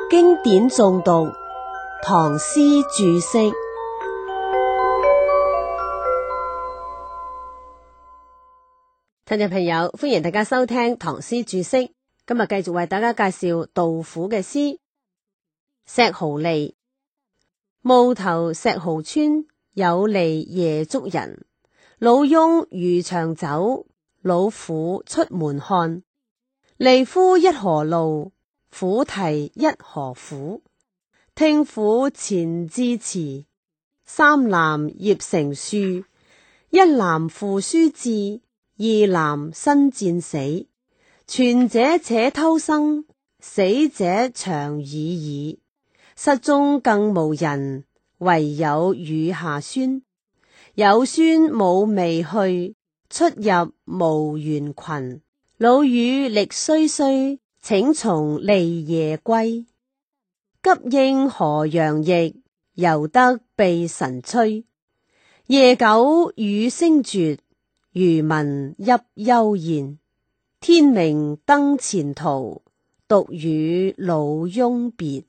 經典誦讀，唐詩注釋。聽眾朋友，歡迎大家收聽唐詩注釋。今日繼續為大家介紹杜甫嘅詩《石壕吏》。暮投石壕村，有吏夜捉人。老翁漁場走，老婦出門看。吏夫一何勞，婦啼一何苦。聽婦前致辭，三男葉成樹。一男負書至，二男身戰死。存者且偷生，死者長已矣。室中更無人，惟有乳下孫。有孫母未去，出入無緣群。老庾力衰衰，請從吏夜歸。急應河陽役，猶得避晨吹。夜久雨聲絕，漁民泣幽然。天明登前途，獨與老翁別。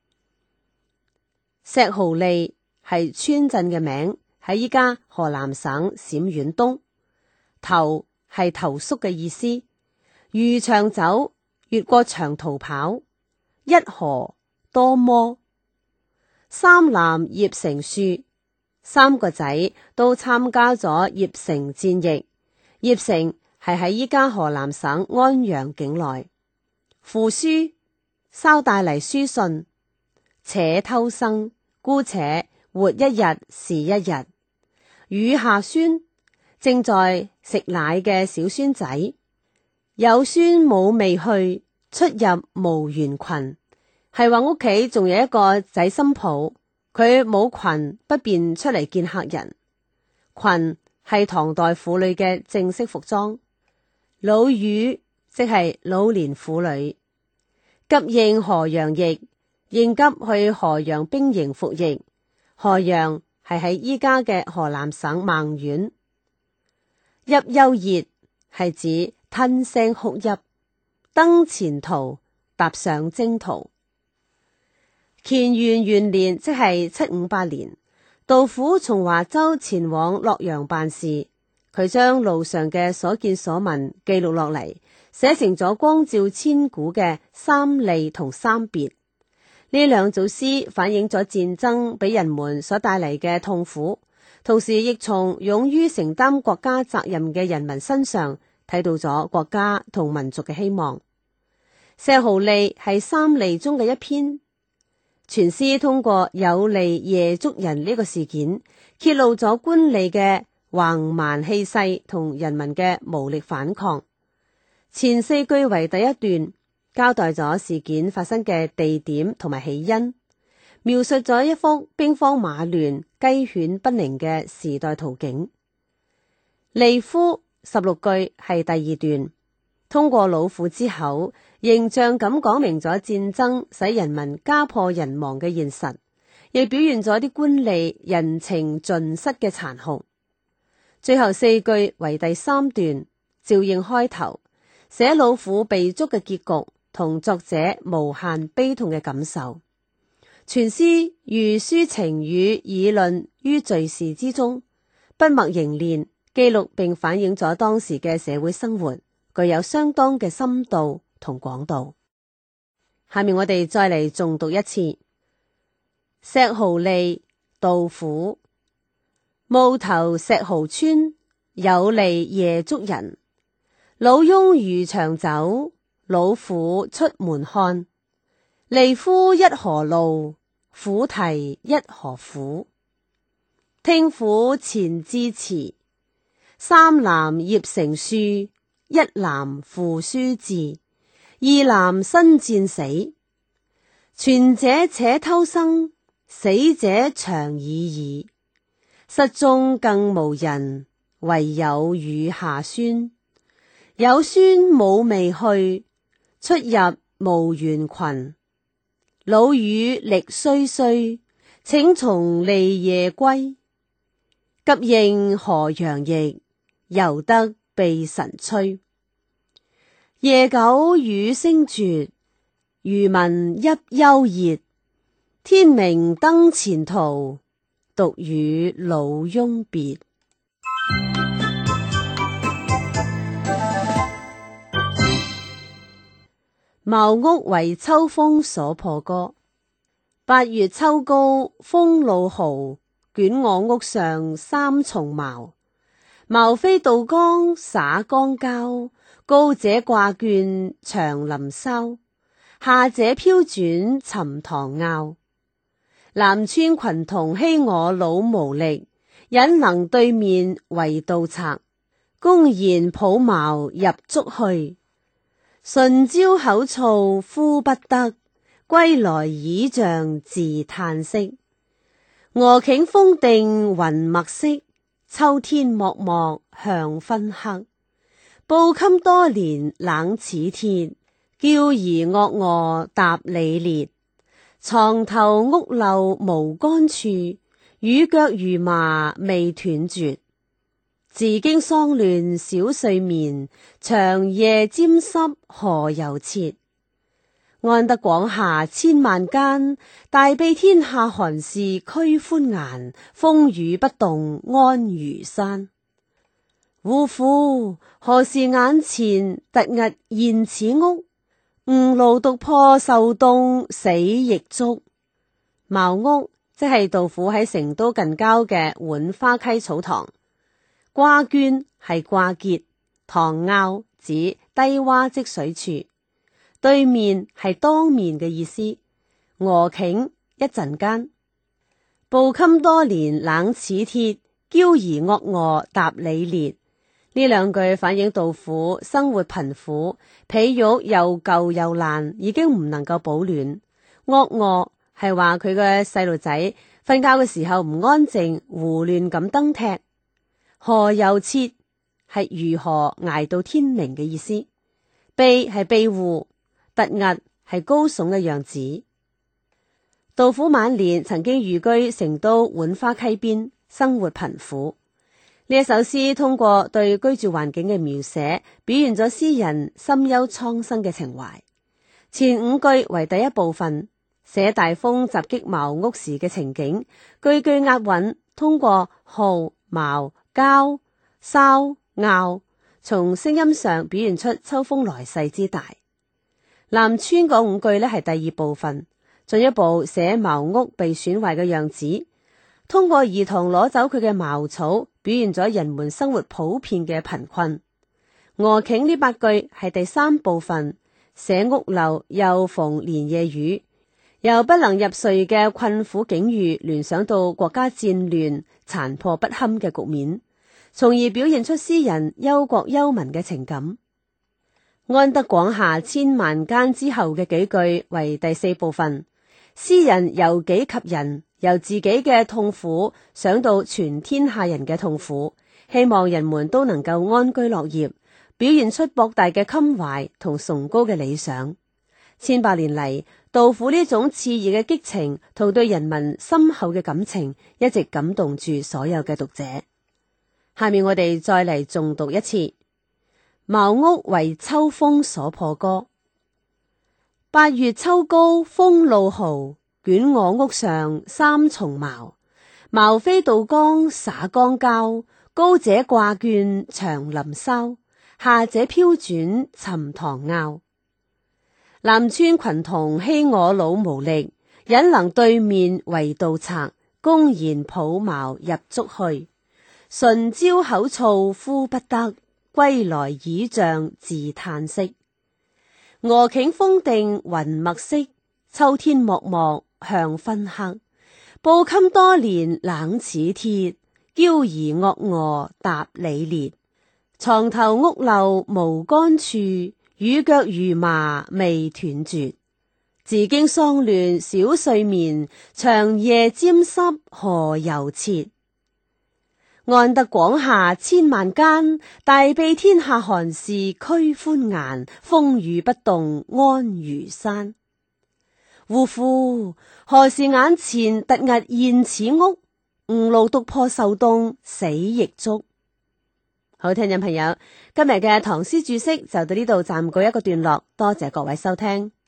石壕吏係村鎮嘅名，喺依家河南省陝縣東。投係投宿嘅意思。漁場走，越過長途跑。一何多麼。三男葉成樹，三個仔都參加咗鄴城戰役。鄴城係喺依家河南省安陽境內。負書，捎帶嚟書信。且偷生，姑且活一日是一日。乳下孫，正在食奶嘅小孫仔。有孫母未去，出入無緣群，係話屋企仲有一個仔心抱，佢冇裙不便出嚟見客人。裙係唐代婦女嘅正式服裝。老庾即係老年婦女。急應河陽役，應急去河陽兵營服役。河陽係喺依家嘅河南省孟縣。泣幽然係指吞聲哭泣。登前途，踏上征途。乾元元年即係758年，杜甫從華州前往洛陽辦事，佢將路上嘅所見所聞記錄落嚟，寫成咗光照千古嘅《三吏》同《三別》。呢兩組詩反映咗戰爭俾人們所帶嚟嘅痛苦，同時亦從勇於承擔國家責任嘅人民身上睇到咗國家同民族嘅希望。石壕吏係三吏中嘅一篇。全詩通過有吏夜捉人呢個事件，揭露咗官吏嘅橫蠻氣勢同人民嘅無力反抗。前四句為第一段，交代咗事件發生嘅地點同埋起因，描述咗一幅兵荒馬亂、雞犬不寧嘅時代圖景。吏夫16句係第二段，通過老婦之口，形象咁講明咗戰爭使人民家破人亡嘅現實，亦表現咗啲官吏人情盡失嘅殘酷。最後四句為第三段，照應開頭，寫老婦被捉嘅結局同作者無限悲痛嘅感受。全詩寓抒情與議論於敘事之中，筆墨凝練，記錄並反映咗當時嘅社會生活，具有相當嘅深度同廣度。下面我哋再嚟重讀一次《石壕吏》，杜甫。暮投石壕村，有吏夜捉人。老翁漁場走，老婦出門看。吏夫一何勞，婦啼一何苦。聽婦前致辭，三男葉成樹。一男負書至，二男身戰死。存者且偷生，死者長已矣。室中更無人，惟有乳下孫。有孫母未去，出入無緣群。老庾力衰衰，請從吏夜歸。急應河陽役，猶得避晨吹。夜久雨聲絕， 漁民泣幽熱。天明登前途，獨與老翁別。茅屋為秋風所破歌。8月秋高風露豪，捲我屋上三重茅。茅飛渡江灑江郊，高者掛絹長林梢，下者飄轉沉塘坳。南村群童欺我老無力，忍能對面為盜賊，公然抱茅入竹去。順招口燥呼不得，歸來倚杖自嘆息。鵝頃風定雲墨色，秋天漠漠向昏黑。布衾多年冷似鐵，嬌兒惡我踏里裂。床頭屋漏無乾處，乳腳如麻未斷絕。自經喪亂少睡眠，長夜沾濕何由徹。安得廣廈千萬間，大庇天下寒士驅歡顏，風雨不動安如山。嗚呼！何時眼前突兀現此屋？吾廬獨破受凍死亦足。茅屋即係杜甫喺成都近郊嘅浣花溪草堂。掛絹係掛結，塘坳指低洼積水處，對面係當面嘅意思。鵝頃一陣間，布衾多年冷似鐵，嬌兒惡我踏里裂。呢兩句反映杜甫生活貧苦，被褥又舊又爛，已經唔能夠保暖。惡我係話佢嘅細路仔瞓覺嘅時候唔安靜，胡亂咁蹬踢。何由徹係如何捱到天明嘅意思。庇係庇護，突兀係高聳嘅樣子。杜甫晚年曾經寓居成都浣花溪邊，生活貧苦。呢一首詩通過對居住環境嘅描寫，表現咗詩人深幽蒼生嘅情懷。前5句為第一部分，寫大風襲擊茅屋時嘅情景，句句押韻，通過號、茅、郊、梢、坳，從聲音上表現出秋風來勢之大。南村嗰5句呢係第2部分，進一步寫茅屋被損壞嘅樣子，通過兒童攞走佢嘅茅草，表現咗人們生活普遍嘅貧困。鵝頃呢8句係第3部分，寫屋漏又逢連夜雨，由不能入睡嘅困苦境遇聯想到國家戰亂殘破不堪嘅局面，從而表現出詩人憂國憂民嘅情感。安得廣廈千萬間之後嘅幾句為第4部分，詩人由己及人，由自己嘅痛苦想到全天下人嘅痛苦，希望人們都能夠安居樂業，表現出博大嘅襟懷同崇高嘅理想。千百年嚟，杜甫呢種熾熱嘅激情同對人民深厚嘅感情，一直感動住所有嘅讀者。下面我哋再嚟重讀一次。茅屋為秋風所破歌。8月秋高風露豪，捲我屋上三重茅。茅飛渡江灑江郊，高者掛絹長林梢，下者飄轉沉塘坳。南村群童欺我老無力，忍能對面為盜賊，公然抱茅入竹去。順招口燥呼不得，歸來倚杖自嘆息。鵝頃風定雲墨色，秋天漠漠向昏黑。布衾多年冷似鐵，嬌兒惡我踏里裂。床頭屋漏無乾處，乳腳如麻未斷絕。自經喪亂少睡眠，長夜沾濕何由徹。安得廣廈千萬間，大庇天下寒士驅歡顏，風雨不動安如山。嗚呼！何時眼前突兀現此屋？吾廬獨破受凍死亦足。好，聽眾朋友，今日嘅唐詩注釋就到呢度暫告一個段落，多謝各位收聽。